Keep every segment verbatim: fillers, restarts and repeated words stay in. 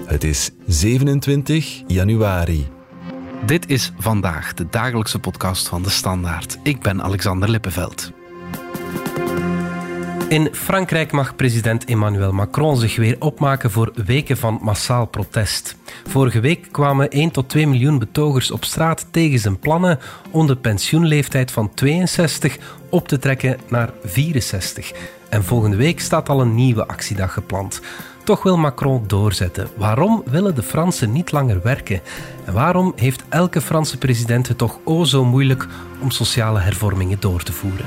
Het is zevenentwintig januari. Dit is Vandaag, de dagelijkse podcast van De Standaard. Ik ben Alexander Lippenveld. In Frankrijk mag president Emmanuel Macron zich weer opmaken voor weken van massaal protest. Vorige week kwamen één tot twee miljoen betogers op straat tegen zijn plannen om de pensioenleeftijd van tweeënzestig op te trekken naar vierenzestig. En volgende week staat al een nieuwe actiedag gepland. Toch wil Macron doorzetten. Waarom willen de Fransen niet langer werken? En waarom heeft elke Franse president het toch o zo moeilijk om sociale hervormingen door te voeren?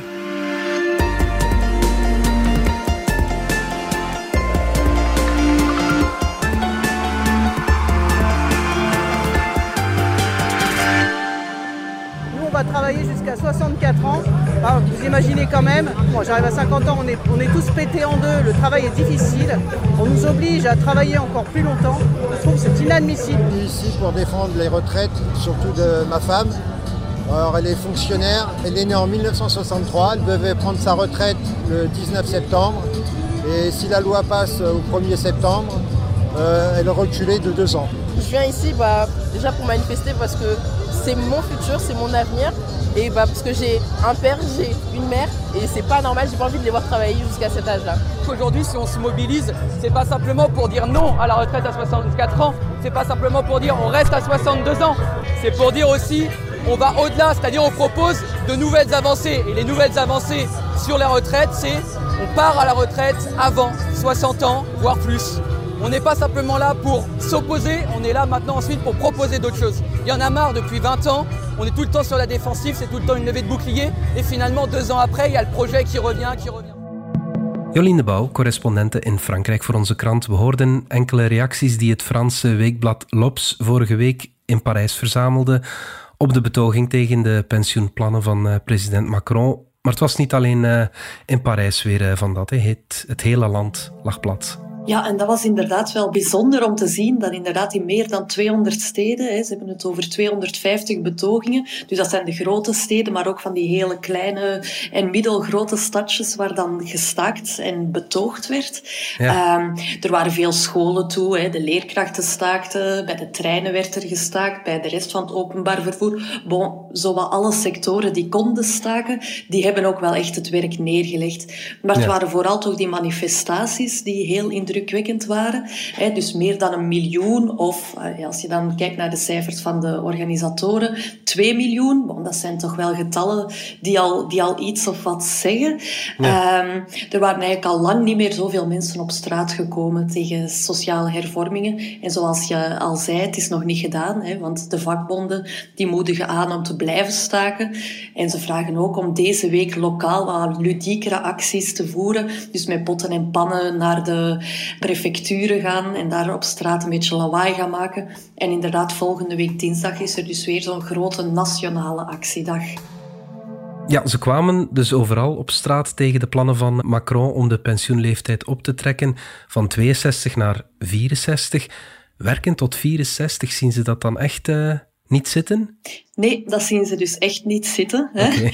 Travailler jusqu'à soixante-quatre ans. Alors, vous imaginez quand même, moi j'arrive à cinquante ans, on est, on est tous pétés en deux, le travail est difficile, on nous oblige à travailler encore plus longtemps, je trouve que c'est inadmissible. Je suis ici pour défendre les retraites, surtout de ma femme. Alors, elle est fonctionnaire, elle est née en mille neuf cent soixante-trois, elle devait prendre sa retraite le dix-neuf septembre, et si la loi passe au premier septembre, euh, elle reculait de deux ans. Je viens ici bah, déjà pour manifester parce que c'est mon futur, c'est mon avenir. Et bah, parce que j'ai un père, j'ai une mère. Et c'est pas normal, j'ai pas envie de les voir travailler jusqu'à cet âge-là. Aujourd'hui, si on se mobilise, c'est pas simplement pour dire non à la retraite à soixante-quatre ans. C'est pas simplement pour dire on reste à soixante-deux ans. C'est pour dire aussi on va au-delà, c'est-à-dire on propose de nouvelles avancées. Et les nouvelles avancées sur la retraite, c'est on part à la retraite avant soixante ans, voire plus. On n'est pas simplement là pour s'opposer, on est là maintenant ensuite pour proposer d'autres choses. Il y en a marre depuis vingt ans, on est tout le temps sur la défensive, c'est tout le temps une levée de bouclier. Et finalement, deux ans après, il y a le projet qui revient, qui revient. Jolien de Bouw, correspondente in Frankrijk voor onze krant. We hoorden enkele reacties die het Franse weekblad L'Obs vorige week in Parijs verzamelde op de betoging tegen de pensioenplannen van uh, president Macron. Maar het was niet alleen uh, in Parijs weer uh, van dat. Hè. Het, het hele land lag plat. Ja, en dat was inderdaad wel bijzonder om te zien dat inderdaad in meer dan tweehonderd steden, hè, ze hebben het over tweehonderdvijftig betogingen, dus dat zijn de grote steden, maar ook van die hele kleine en middelgrote stadjes waar dan gestaakt en betoogd werd. Ja. Um, er waren veel scholen toe, hè, de leerkrachten staakten, bij de treinen werd er gestaakt, bij de rest van het openbaar vervoer. Bon, zowat alle sectoren die konden staken, die hebben ook wel echt het werk neergelegd. Maar het ja. waren vooral toch die manifestaties die heel indrukwekkend waren. Hè, dus meer dan een miljoen, of als je dan kijkt naar de cijfers van de organisatoren, twee miljoen. Bon, dat zijn toch wel getallen die al, die al iets of wat zeggen. Ja. Um, er waren eigenlijk al lang niet meer zoveel mensen op straat gekomen tegen sociale hervormingen. En zoals je al zei, het is nog niet gedaan, hè, want de vakbonden die moedigen aan om te blijven staken. En ze vragen ook om deze week lokaal wat ludiekere acties te voeren. Dus met potten en pannen naar de prefecturen gaan en daar op straat een beetje lawaai gaan maken. En inderdaad, volgende week dinsdag is er dus weer zo'n grote nationale actiedag. Ja, ze kwamen dus overal op straat tegen de plannen van Macron om de pensioenleeftijd op te trekken van tweeënzestig naar vierenzestig. Werken tot vierenzestig, zien ze dat dan echt uh, niet zitten? Nee, dat zien ze dus echt niet zitten. Hè? Okay.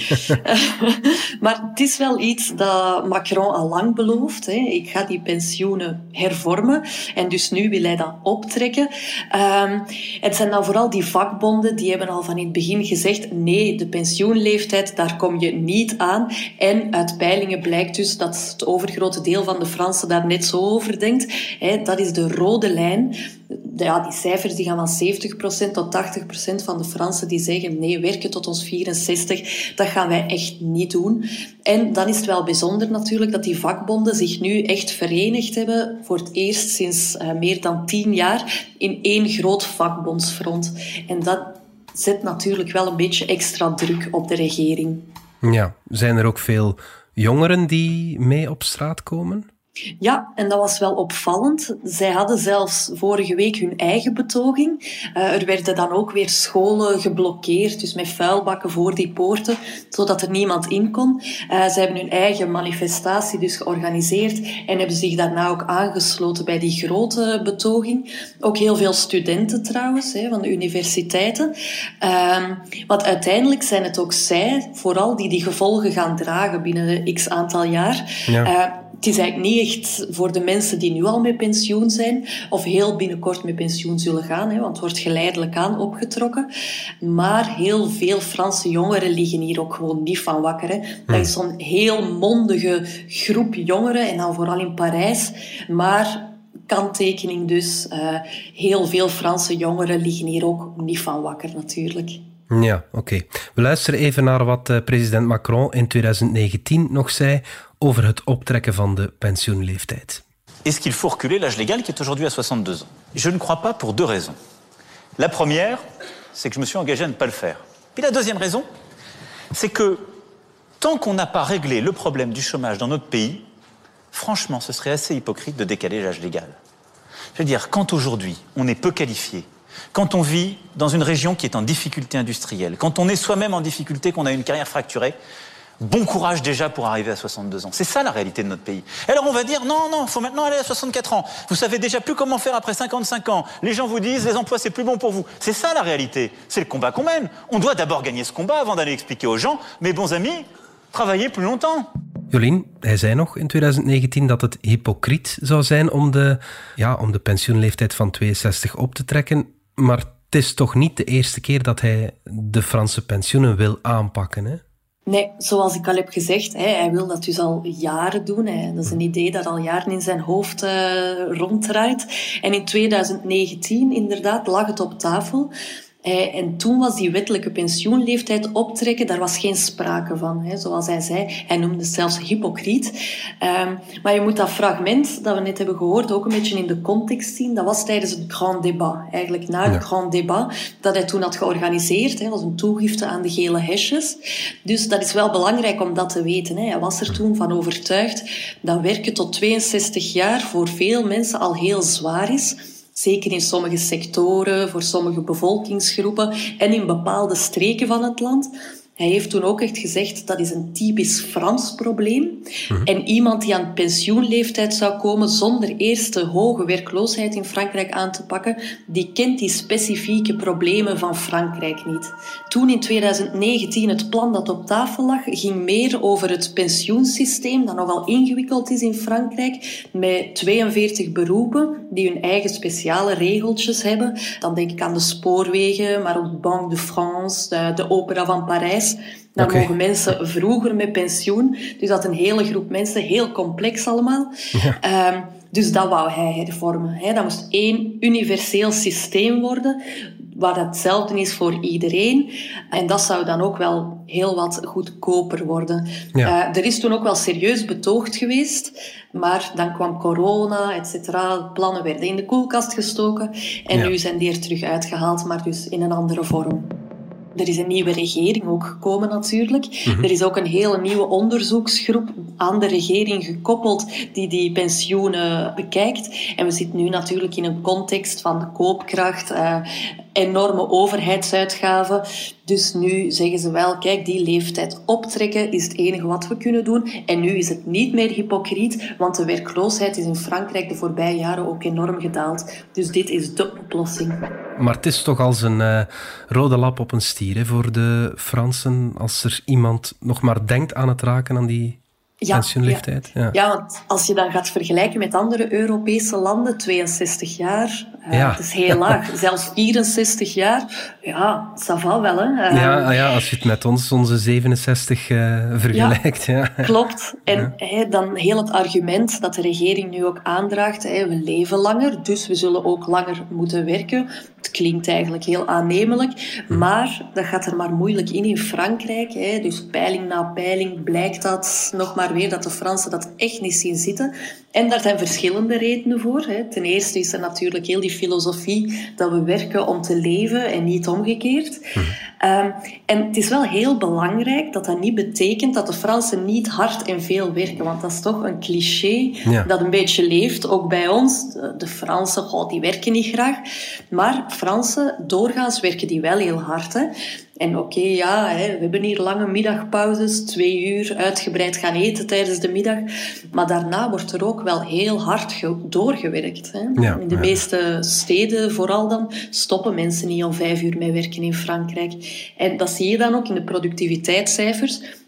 Maar het is wel iets dat Macron al lang belooft. Hè. Ik ga die pensioenen hervormen. En dus nu wil hij dat optrekken. Um, het zijn dan vooral die vakbonden die hebben al van in het begin gezegd nee, de pensioenleeftijd, daar kom je niet aan. En uit peilingen blijkt dus dat het overgrote deel van de Fransen daar net zo over denkt. Hè. Dat is de rode lijn. Ja, die cijfers die gaan van zeventig procent tot tachtig procent van de Fransen die zeggen nee, werken tot ons vierenzestig, dat gaan wij echt niet doen. En dan is het wel bijzonder natuurlijk dat die vakbonden zich nu echt verenigd hebben voor het eerst sinds uh, meer dan tien jaar in één groot vakbondsfront. En dat zet natuurlijk wel een beetje extra druk op de regering. Ja, zijn er ook veel jongeren die mee op straat komen? Ja, en dat was wel opvallend. Zij hadden zelfs vorige week hun eigen betoging. Uh, er werden dan ook weer scholen geblokkeerd, dus met vuilbakken voor die poorten, zodat er niemand in kon. Uh, zij hebben hun eigen manifestatie dus georganiseerd en hebben zich daarna ook aangesloten bij die grote betoging. Ook heel veel studenten trouwens, hè, van de universiteiten. Uh, want uiteindelijk zijn het ook zij, vooral die die gevolgen gaan dragen binnen een x aantal jaar. Ja. Uh, het is eigenlijk niet echt voor de mensen die nu al met pensioen zijn of heel binnenkort met pensioen zullen gaan, hè, want het wordt geleidelijk aan opgetrokken. Maar heel veel Franse jongeren liggen hier ook gewoon niet van wakker. Hè. Dat is zo'n heel mondige groep jongeren, en dan vooral in Parijs. Maar kanttekening dus, uh, heel veel Franse jongeren liggen hier ook niet van wakker natuurlijk. Ja, oké. Okay. We luisteren even naar wat uh, president Macron in twintig negentien nog zei over het optrekken van de pensioenleeftijd. Est-ce qu'il faut reculer l'âge légal qui est aujourd'hui à soixante-deux ans? Je ne crois pas pour deux raisons. La première, c'est que je me suis engagé à ne pas le faire. Puis la deuxième raison, c'est que tant qu'on n'a pas réglé le problème du chômage dans notre pays, franchement, ce serait assez hypocrite de décaler l'âge légal. Je veux dire, quand aujourd'hui on est peu qualifié, quand on vit dans une région qui est en difficulté industrielle, quand on est soi-même en difficulté, qu'on a une carrière fracturée, bon courage déjà pour arriver à soixante-deux ans. C'est ça la réalité de notre pays. Alors on va dire, non, non, il faut maintenant aller à soixante-quatre ans. Vous savez déjà plus comment faire après cinquante-cinq ans. Les gens vous disent, les emplois, c'est plus bon pour vous. C'est ça la réalité. C'est le combat qu'on mène. On doit d'abord gagner ce combat avant d'aller expliquer aux gens, mes bons amis, travaillez plus longtemps. Jolien, hij zei nog in twintig negentien dat het hypocriet zou zijn om de, ja, om de pensioenleeftijd van tweeënzestig op te trekken. Maar het is toch niet de eerste keer dat hij de Franse pensioenen wil aanpakken, hè? Nee, zoals ik al heb gezegd, hij wil dat dus al jaren doen. Dat is een idee dat al jaren in zijn hoofd ronddraait. En in twintig negentien, inderdaad, lag het op tafel. En toen was die wettelijke pensioenleeftijd optrekken, daar was geen sprake van. Hè. Zoals hij zei, hij noemde het zelfs hypocriet. Um, maar je moet dat fragment dat we net hebben gehoord ook een beetje in de context zien. Dat was tijdens het Grand Débat, eigenlijk na het ja. Grand Débat, dat hij toen had georganiseerd. Dat was een toegifte aan de gele hesjes. Dus dat is wel belangrijk om dat te weten. Hè. Hij was er toen van overtuigd dat werken tot tweeënzestig jaar voor veel mensen al heel zwaar is. Zeker in sommige sectoren, voor sommige bevolkingsgroepen en in bepaalde streken van het land. Hij heeft toen ook echt gezegd, dat is een typisch Frans probleem. Mm-hmm. En iemand die aan pensioenleeftijd zou komen zonder eerst de hoge werkloosheid in Frankrijk aan te pakken, die kent die specifieke problemen van Frankrijk niet. Toen in twintig negentien het plan dat op tafel lag, ging meer over het pensioensysteem, dat nogal ingewikkeld is in Frankrijk, met tweeënveertig beroepen die hun eigen speciale regeltjes hebben. Dan denk ik aan de spoorwegen, maar ook de Banque de France, de, de Opera van Parijs. Dan okay. mogen mensen vroeger met pensioen. Dus dat een hele groep mensen, heel complex allemaal. Ja. Um, dus dat wou hij hervormen. Hè. Dat moest één universeel systeem worden, waar dat hetzelfde is voor iedereen. En dat zou dan ook wel heel wat goedkoper worden. Ja. Uh, er is toen ook wel serieus betoogd geweest, maar dan kwam corona, et cetera. Plannen werden in de koelkast gestoken en ja. nu zijn die er terug uitgehaald, maar dus in een andere vorm. Er is een nieuwe regering ook gekomen natuurlijk. Mm-hmm. Er is ook een hele nieuwe onderzoeksgroep aan de regering gekoppeld die die pensioenen bekijkt. En we zitten nu natuurlijk in een context van de koopkracht, uh, enorme overheidsuitgaven. Dus nu zeggen ze wel, kijk, die leeftijd optrekken is het enige wat we kunnen doen. En nu is het niet meer hypocriet, want de werkloosheid is in Frankrijk de voorbije jaren ook enorm gedaald. Dus dit is de oplossing. Maar het is toch als een uh, rode lap op een stier hè, voor de Fransen, als er iemand nog maar denkt aan het raken aan die ja, pensioenleeftijd. Ja. Ja. ja, want als je dan gaat vergelijken met andere Europese landen, tweeënzestig jaar, uh, ja. dat is heel laag. Zelfs vierenzestig jaar, ja, ça va wel. Hè. Uh, ja, ja, als je het met ons, onze zevenenzestig, uh, vergelijkt. Ja, ja. Klopt. En ja. hè, dan heel het argument dat de regering nu ook aandraagt, hè, we leven langer, dus we zullen ook langer moeten werken. Het klinkt eigenlijk heel aannemelijk, hm. maar dat gaat er maar moeilijk in in Frankrijk. Hè. Dus peiling na peiling blijkt dat nog maar weer dat de Fransen dat echt niet zien zitten. En daar zijn verschillende redenen voor. Hè. Ten eerste is er natuurlijk heel die filosofie dat we werken om te leven en niet omgekeerd. Hm. Um, en het is wel heel belangrijk dat dat niet betekent dat de Fransen niet hard en veel werken. Want dat is toch een cliché ja. dat een beetje leeft, ook bij ons. De, de Fransen, goh, die werken niet graag. Maar Fransen, doorgaans werken die wel heel hard. Hè. En oké, okay, ja, hè, we hebben hier lange middagpauzes, twee uur uitgebreid gaan eten tijdens de middag. Maar daarna wordt er ook wel heel hard ge- doorgewerkt. Hè. Ja, in de ja. meeste steden vooral dan stoppen mensen niet om vijf uur met werken in Frankrijk. En dat zie je dan ook in de productiviteitscijfers.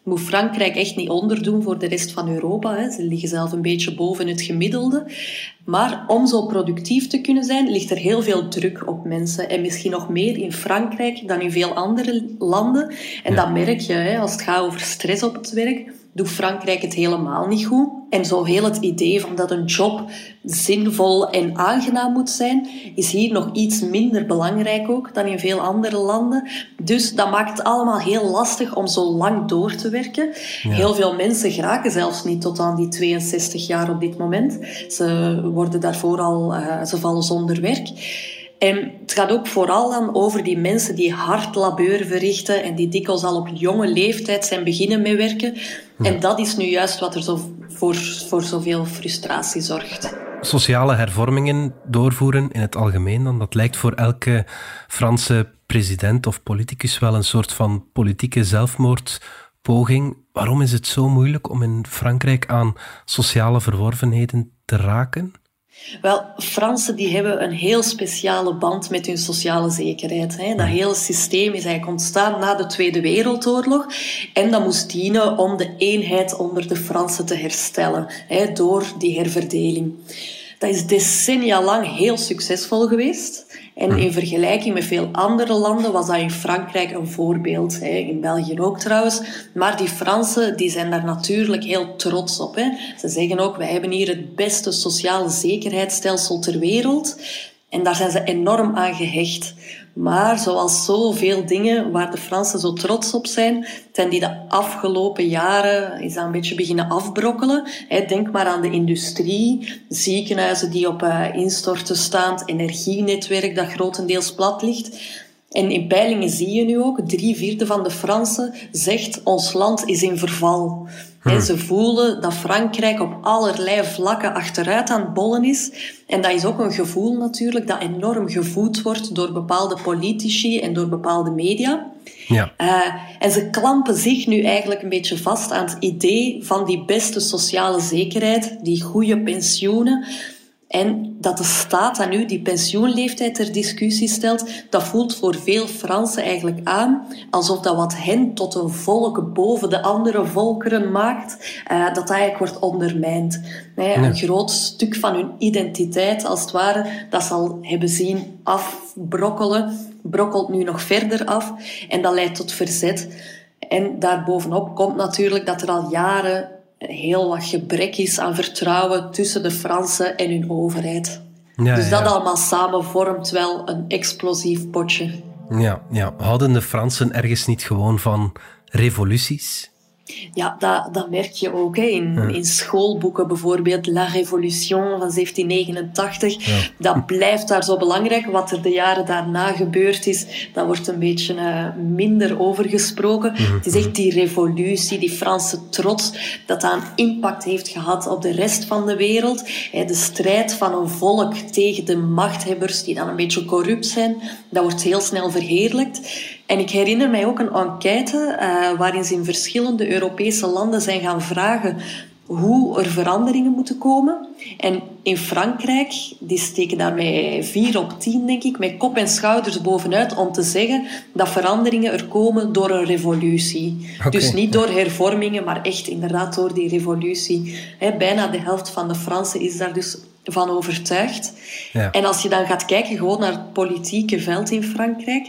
moet Frankrijk echt niet onderdoen voor de rest van Europa. Hè. Ze liggen zelf een beetje boven het gemiddelde. Maar om zo productief te kunnen zijn, ligt er heel veel druk op mensen. En misschien nog meer in Frankrijk dan in veel andere landen. En ja. dat merk je, hè, als het gaat over stress op het werk, doet Frankrijk het helemaal niet goed. En zo heel het idee van dat een job zinvol en aangenaam moet zijn, is hier nog iets minder belangrijk ook dan in veel andere landen. Dus dat maakt het allemaal heel lastig om zo lang door te werken. Ja. Heel veel mensen geraken zelfs niet tot aan die tweeënzestig jaar op dit moment. Ze worden daarvoor al, uh, ze vallen zonder werk. En het gaat ook vooral dan over die mensen die hard labeur verrichten en die dikwijls al op jonge leeftijd zijn beginnen met werken. Ja. En dat is nu juist wat er zo voor, voor zoveel frustratie zorgt. Sociale hervormingen doorvoeren in het algemeen, dan, dat lijkt voor elke Franse president of politicus wel een soort van politieke zelfmoordpoging. Waarom is het zo moeilijk om in Frankrijk aan sociale verworvenheden te raken? Wel, Fransen die hebben een heel speciale band met hun sociale zekerheid. Hè. Dat hele systeem is eigenlijk ontstaan na de Tweede Wereldoorlog. En dat moest dienen om de eenheid onder de Fransen te herstellen, hè, door die herverdeling. Dat is decennia lang heel succesvol geweest. En in vergelijking met veel andere landen was dat in Frankrijk een voorbeeld. Hè. In België ook trouwens. Maar die Fransen die zijn daar natuurlijk heel trots op. Hè. Ze zeggen ook, wij hebben hier het beste sociale zekerheidsstelsel ter wereld. En daar zijn ze enorm aan gehecht. Maar zoals zoveel dingen waar de Fransen zo trots op zijn, zijn die de afgelopen jaren is dat een beetje beginnen afbrokkelen. Denk maar aan de industrie, ziekenhuizen die op instorten staan, het energienetwerk dat grotendeels plat ligt. En in peilingen zie je nu ook, drie vierde van de Fransen zegt ons land is in verval. Hmm. Ze voelen dat Frankrijk op allerlei vlakken achteruit aan het bollen is. En dat is ook een gevoel natuurlijk dat enorm gevoed wordt door bepaalde politici en door bepaalde media. Ja. Uh, en ze klampen zich nu eigenlijk een beetje vast aan het idee van die beste sociale zekerheid, die goede pensioenen. En dat de staat dan nu die pensioenleeftijd ter discussie stelt, dat voelt voor veel Fransen eigenlijk aan alsof dat wat hen tot een volk boven de andere volkeren maakt, uh, dat dat eigenlijk wordt ondermijnd. Nee, een ja. groot stuk van hun identiteit, als het ware, dat ze al hebben zien afbrokkelen, brokkelt nu nog verder af en dat leidt tot verzet. En daarbovenop komt natuurlijk dat er al jaren heel wat gebrek is aan vertrouwen tussen de Fransen en hun overheid. Ja, dus dat ja. allemaal samen vormt wel een explosief potje. Ja, ja. Houden de Fransen ergens niet gewoon van revoluties? Ja, dat, dat merk je ook. Hè. In, ja. in schoolboeken bijvoorbeeld, La Révolution van zeventien negenentachtig. Ja. Dat blijft daar zo belangrijk. Wat er de jaren daarna gebeurd is, dat wordt een beetje uh, minder over gesproken. Mm-hmm. Het is echt die revolutie, die Franse trots, dat dat een impact heeft gehad op de rest van de wereld. Hè, de strijd van een volk tegen de machthebbers die dan een beetje corrupt zijn, dat wordt heel snel verheerlijkt. En ik herinner mij ook een enquête uh, waarin ze in verschillende Europese landen zijn gaan vragen hoe er veranderingen moeten komen. En in Frankrijk, die steken daar met vier op tien, denk ik, met kop en schouders bovenuit om te zeggen dat veranderingen er komen door een revolutie. Okay. Dus niet door hervormingen, maar echt inderdaad door die revolutie. He, bijna de helft van de Fransen is daar dus van overtuigd. Ja. En als je dan gaat kijken gewoon naar het politieke veld in Frankrijk,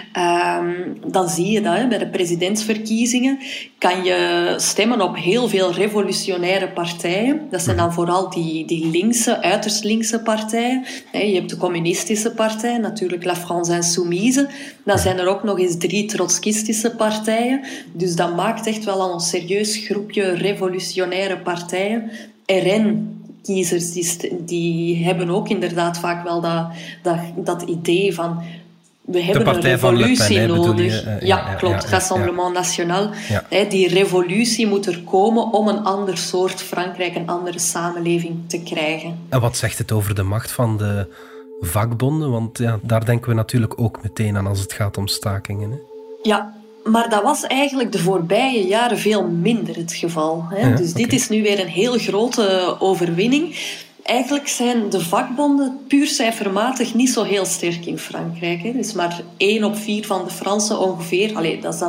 um, dan zie je dat, hè, bij de presidentsverkiezingen kan je stemmen op heel veel revolutionaire partijen. Dat zijn dan vooral die, die linkse, uiterst linkse partijen. Je hebt de communistische partij, natuurlijk La France Insoumise. Dan zijn er ook nog eens drie trotskistische partijen. Dus dat maakt echt wel al een serieus groepje revolutionaire partijen. R N kiezers die, die hebben ook inderdaad vaak wel dat, dat, dat idee van we hebben een revolutie Pen, nodig. Uh, ja, ja, klopt. Ja, ja, Rassemblement ja. National. Ja. He, die revolutie moet er komen om een ander soort Frankrijk, een andere samenleving te krijgen. En wat zegt het over de macht van de vakbonden? Want ja, daar denken we natuurlijk ook meteen aan als het gaat om stakingen. Hè? Ja. Maar dat was eigenlijk de voorbije jaren veel minder het geval. Hè? Ja, dus dit okay. is nu weer een heel grote overwinning. Eigenlijk zijn de vakbonden puur cijfermatig niet zo heel sterk in Frankrijk. Hè? Dus maar één op vier van de Fransen ongeveer, allez, dat is dan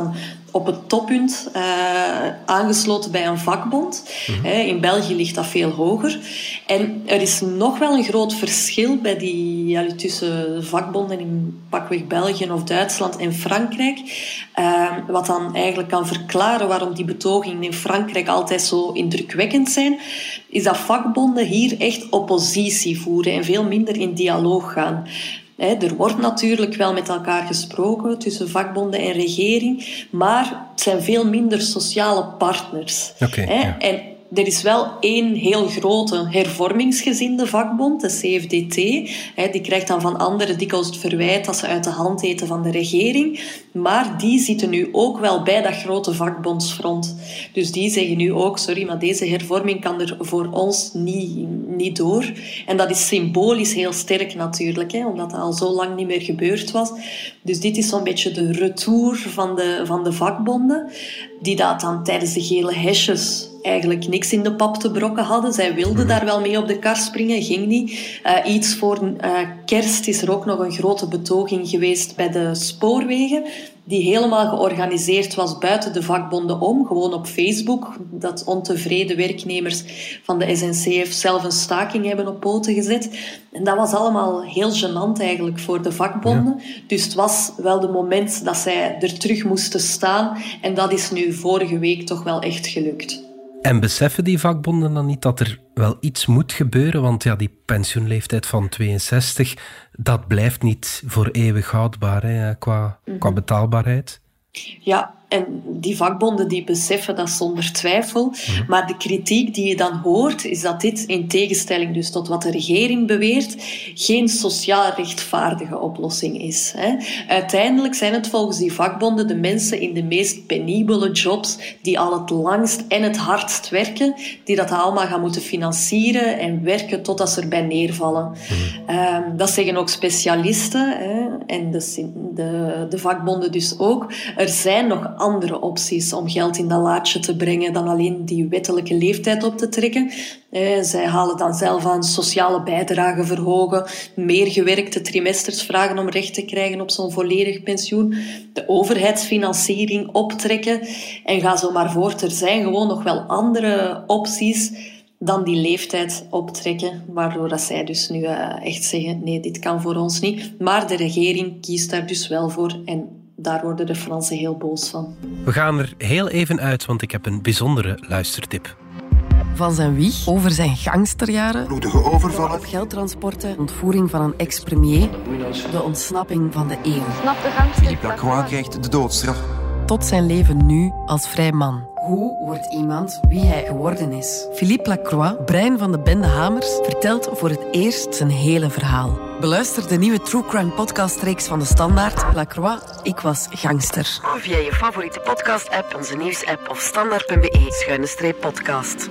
op het toppunt uh, aangesloten bij een vakbond. Mm-hmm. Uh, in België ligt dat veel hoger. En er is nog wel een groot verschil bij die, ja, tussen vakbonden in pakweg België of Duitsland en Frankrijk. Uh, wat dan eigenlijk kan verklaren waarom die betogingen in Frankrijk altijd zo indrukwekkend zijn, is dat vakbonden hier echt oppositie voeren en veel minder in dialoog gaan. He, er wordt natuurlijk wel met elkaar gesproken tussen vakbonden en regering, maar het zijn veel minder sociale partners. Okay, He, ja. En er is wel één heel grote hervormingsgezinde vakbond, de C F D T. He, die krijgt dan van anderen dikwijls het verwijt dat ze uit de hand eten van de regering. Maar die zitten nu ook wel bij dat grote vakbondsfront. Dus die zeggen nu ook, sorry, maar deze hervorming kan er voor ons niet, niet door. En dat is symbolisch heel sterk natuurlijk, hè, omdat dat al zo lang niet meer gebeurd was. Dus dit is zo'n beetje de retour van de, van de vakbonden, die dat dan tijdens de gele hesjes eigenlijk niks in de pap te brokken hadden. Zij wilden daar wel mee op de kar springen, ging niet. Uh, iets voor uh, kerst is er ook nog een grote betoging geweest bij de spoorwegen, die helemaal georganiseerd was buiten de vakbonden om, gewoon op Facebook, dat ontevreden werknemers van de S N C F zelf een staking hebben op poten gezet. En dat was allemaal heel gênant eigenlijk voor de vakbonden. Ja. Dus het was wel de moment dat zij er terug moesten staan. En dat is nu vorige week toch wel echt gelukt. En beseffen die vakbonden dan niet dat er wel iets moet gebeuren? Want ja, die pensioenleeftijd van tweeënzestig, dat blijft niet voor eeuwig houdbaar, hè, qua, mm-hmm. qua betaalbaarheid. Ja, en die vakbonden die beseffen dat zonder twijfel. Mm-hmm. Maar de kritiek die je dan hoort, is dat dit, in tegenstelling dus tot wat de regering beweert, geen sociaal rechtvaardige oplossing is. Hè. Uiteindelijk zijn het volgens die vakbonden de mensen in de meest penibele jobs die al het langst en het hardst werken, die dat allemaal gaan moeten financieren en werken totdat ze erbij neervallen. Mm-hmm. Um, dat zeggen ook specialisten, hè, en de, de, de vakbonden dus ook. Er zijn nog andere opties om geld in dat laadje te brengen dan alleen die wettelijke leeftijd op te trekken. Eh, zij halen dan zelf aan sociale bijdragen verhogen, meer gewerkte trimesters vragen om recht te krijgen op zo'n volledig pensioen, de overheidsfinanciering optrekken en ga zo maar voort. Er zijn gewoon nog wel andere opties dan die leeftijd optrekken, waardoor dat zij dus nu uh, echt zeggen, nee, dit kan voor ons niet. Maar de regering kiest daar dus wel voor en daar worden de Fransen heel boos van. We gaan er heel even uit, want ik heb een bijzondere luistertip. Van zijn wieg, over zijn gangsterjaren, bloedige overvallen, geldtransporten, ontvoering van een ex-premier, de ontsnapping van de eeuw. Philippe Lacroix krijgt de doodstraf. Tot zijn leven nu als vrij man. Hoe wordt iemand wie hij geworden is? Philippe Lacroix, brein van de bende Hamers, vertelt voor het eerst zijn hele verhaal. Beluister de nieuwe True Crime podcastreeks van De Standaard. Lacroix, ik was gangster. Via je favoriete podcast-app, onze nieuws-app of standaard punt be schuine streep podcast.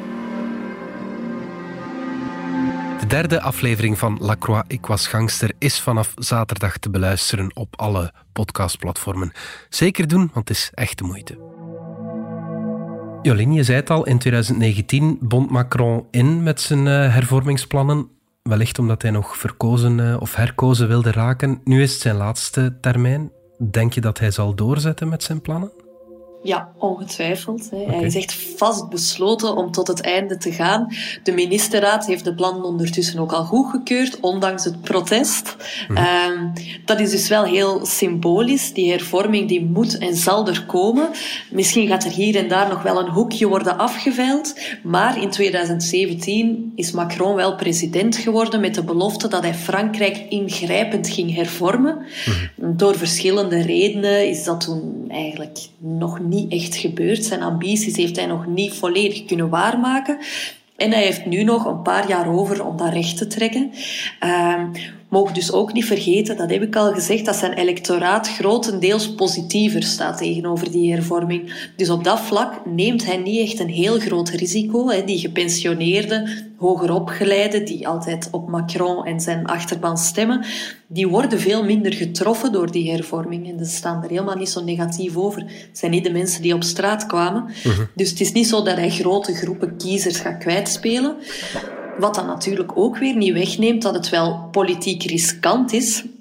De derde aflevering van Lacroix, ik was gangster, is vanaf zaterdag te beluisteren op alle podcastplatformen. Zeker doen, want het is echt de moeite. Jolien, je zei het al, in twintig negentien bond Macron in met zijn uh, hervormingsplannen. Wellicht omdat hij nog verkozen uh, of herkozen wilde raken. Nu is het zijn laatste termijn. Denk je dat hij zal doorzetten met zijn plannen? Ja, ongetwijfeld. Hè. Okay. Hij is echt vastbesloten om tot het einde te gaan. De ministerraad heeft de plannen ondertussen ook al goedgekeurd, ondanks het protest. Mm-hmm. Um, dat is dus wel heel symbolisch. Die hervorming die moet en zal er komen. Misschien gaat er hier en daar nog wel een hoekje worden afgeveild. Maar in twintig zeventien is Macron wel president geworden met de belofte dat hij Frankrijk ingrijpend ging hervormen. Mm-hmm. Door verschillende redenen is dat toen eigenlijk nog niet niet echt gebeurd. Zijn ambities heeft hij nog niet volledig kunnen waarmaken. En hij heeft nu nog een paar jaar over om dat recht te trekken. Uh, mogen dus ook niet vergeten, dat heb ik al gezegd, dat zijn electoraat grotendeels positiever staat tegenover die hervorming. Dus op dat vlak neemt hij niet echt een heel groot risico. Hè. Die gepensioneerden, hoger opgeleiden, die altijd op Macron en zijn achterban stemmen, die worden veel minder getroffen door die hervorming. En ze staan er helemaal niet zo negatief over. Het zijn niet de mensen die op straat kwamen. Uh-huh. Dus het is niet zo dat hij grote groepen kiezers gaat kwijtspelen. Wat dan natuurlijk ook weer niet wegneemt dat het wel politiek riskant is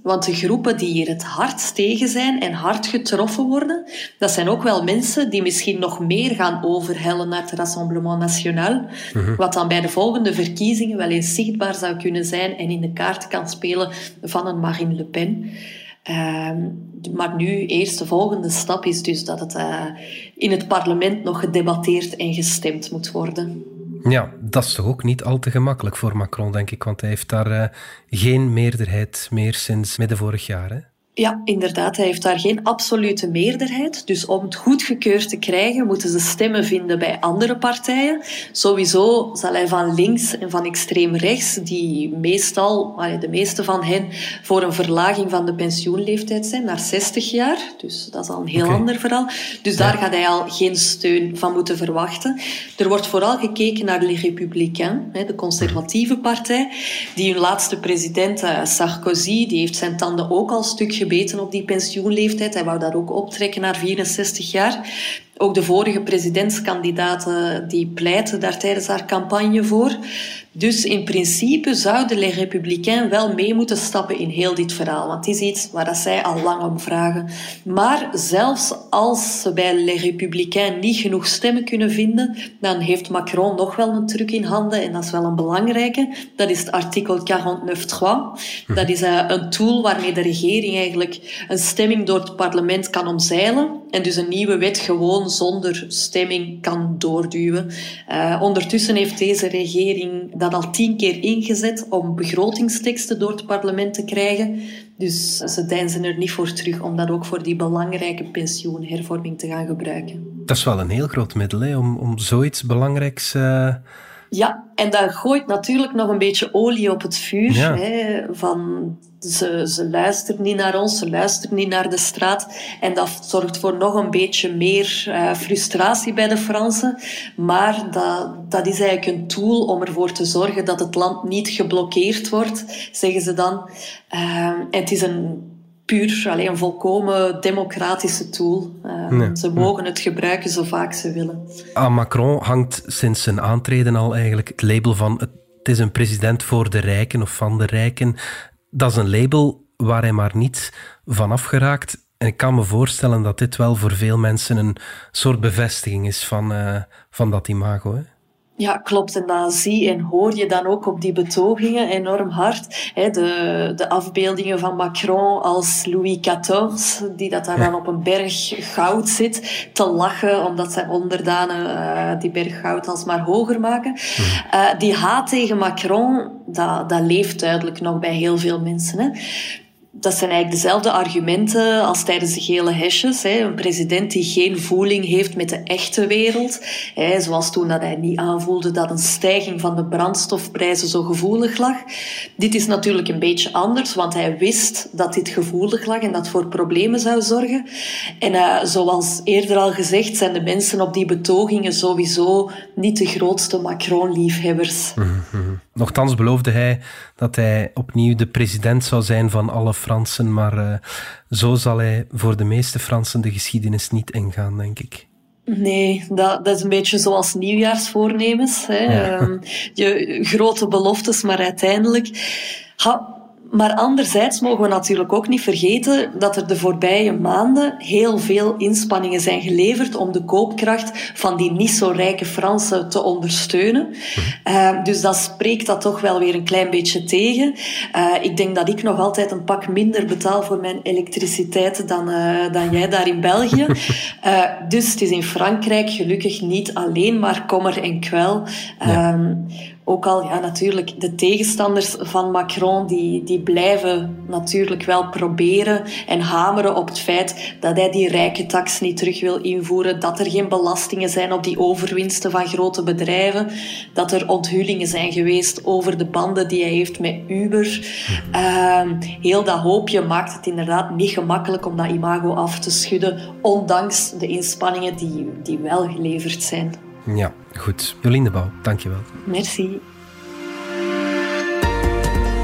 Want de groepen die hier het hardst tegen zijn en hard getroffen worden, dat zijn ook wel mensen die misschien nog meer gaan overhellen naar het Rassemblement National, mm-hmm. wat dan bij de volgende verkiezingen wel eens zichtbaar zou kunnen zijn en in de kaart kan spelen van een Marine Le Pen. Uh, maar nu, eerst de volgende stap is dus dat het uh, in het parlement nog gedebatteerd en gestemd moet worden. Ja, dat is toch ook niet al te gemakkelijk voor Macron, denk ik, want hij heeft daar uh, geen meerderheid meer sinds midden vorig jaar, hè? Ja, inderdaad. Hij heeft daar geen absolute meerderheid. Dus om het goedgekeurd te krijgen, moeten ze stemmen vinden bij andere partijen. Sowieso zal hij van links en van extreem rechts, die meestal, de meeste van hen, voor een verlaging van de pensioenleeftijd zijn naar zestig jaar. Dus dat is al een heel okay. ander verhaal. Dus daar ja. gaat hij al geen steun van moeten verwachten. Er wordt vooral gekeken naar Les Républicains, de conservatieve partij, die hun laatste president, Sarkozy, die heeft zijn tanden ook al stuk gebeten op die pensioenleeftijd. Hij wou dat ook optrekken naar vierenzestig jaar. Ook de vorige presidentskandidaten die pleiten daar tijdens haar campagne voor. Dus in principe zouden les Républicains wel mee moeten stappen in heel dit verhaal. Want het is iets waar dat zij al lang om vragen. Maar zelfs als ze bij les Républicains niet genoeg stemmen kunnen vinden, dan heeft Macron nog wel een truc in handen. En dat is wel een belangrijke. Dat is het artikel negenennegentig trois. Dat is uh, een tool waarmee de regering eigenlijk een stemming door het parlement kan omzeilen. En dus een nieuwe wet gewoon zonder stemming kan doorduwen. Uh, ondertussen heeft deze regering dat al tien keer ingezet om begrotingsteksten door het parlement te krijgen. Dus ze deinzen er niet voor terug om dat ook voor die belangrijke pensioenhervorming te gaan gebruiken. Dat is wel een heel groot middel, hè, om, om zoiets belangrijks... Uh... Ja, en dat gooit natuurlijk nog een beetje olie op het vuur. Ja. Hè, van ze, ze luisteren niet naar ons, ze luisteren niet naar de straat. En dat zorgt voor nog een beetje meer uh, frustratie bij de Fransen. Maar dat, dat is eigenlijk een tool om ervoor te zorgen dat het land niet geblokkeerd wordt, zeggen ze dan. Uh, en het is een... puur, alleen een volkomen democratische tool. Uh, nee. Ze mogen het gebruiken zo vaak ze willen. Aan Macron hangt sinds zijn aantreden al eigenlijk het label van het is een president voor de rijken of van de rijken. Dat is een label waar hij maar niet vanaf geraakt. En ik kan me voorstellen dat dit wel voor veel mensen een soort bevestiging is van, uh, van dat imago, hè? Ja, klopt. En dat zie en hoor je dan ook op die betogingen enorm hard. De, de afbeeldingen van Macron als Louis veertien, die dat daar dan op een berg goud zit, te lachen omdat zijn onderdanen uh, die berg goud alsmaar hoger maken. Uh, die haat tegen Macron, dat, dat leeft duidelijk nog bij heel veel mensen, hè. Dat zijn eigenlijk dezelfde argumenten als tijdens de gele hesjes. Een president die geen voeling heeft met de echte wereld. Zoals toen dat hij niet aanvoelde dat een stijging van de brandstofprijzen zo gevoelig lag. Dit is natuurlijk een beetje anders, want hij wist dat dit gevoelig lag en dat voor problemen zou zorgen. En uh, zoals eerder al gezegd, zijn de mensen op die betogingen sowieso niet de grootste Macron-liefhebbers. Mm-hmm. Nochtans beloofde hij dat hij opnieuw de president zou zijn van alle Fransen, maar uh, zo zal hij voor de meeste Fransen de geschiedenis niet ingaan, denk ik. Nee, dat, dat is een beetje zoals nieuwjaarsvoornemens. Hè. Ja. Um, je grote beloftes, maar uiteindelijk... Ha, Maar anderzijds mogen we natuurlijk ook niet vergeten dat er de voorbije maanden heel veel inspanningen zijn geleverd om de koopkracht van die niet zo rijke Fransen te ondersteunen. Uh, dus dat spreekt dat toch wel weer een klein beetje tegen. Uh, ik denk dat ik nog altijd een pak minder betaal voor mijn elektriciteit dan, uh, dan jij daar in België. Uh, dus het is in Frankrijk gelukkig niet alleen maar kommer en kwel. Ja. Um, Ook al, ja, natuurlijk, de tegenstanders van Macron, die, die blijven natuurlijk wel proberen en hameren op het feit dat hij die rijke tax niet terug wil invoeren, dat er geen belastingen zijn op die overwinsten van grote bedrijven, dat er onthullingen zijn geweest over de banden die hij heeft met Uber. Uh, heel dat hoopje maakt het inderdaad niet gemakkelijk om dat imago af te schudden, ondanks de inspanningen die, die wel geleverd zijn. Ja, goed. Jolien de Bouw, dank je wel. Merci.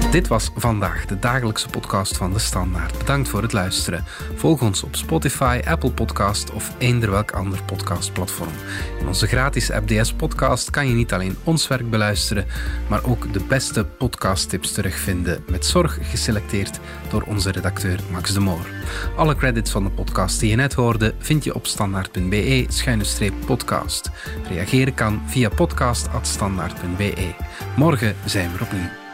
Dit was Vandaag, de dagelijkse podcast van De Standaard. Bedankt voor het luisteren. Volg ons op Spotify, Apple Podcast of eender welk ander podcastplatform. In onze gratis app D S Podcast kan je niet alleen ons werk beluisteren, maar ook de beste podcasttips terugvinden, met zorg geselecteerd door onze redacteur Max de Moor. Alle credits van de podcast die je net hoorde vind je op standaard.be schuine streep podcast. Reageren kan via podcast apenstaartje standaard punt be. Morgen zijn we er opnieuw.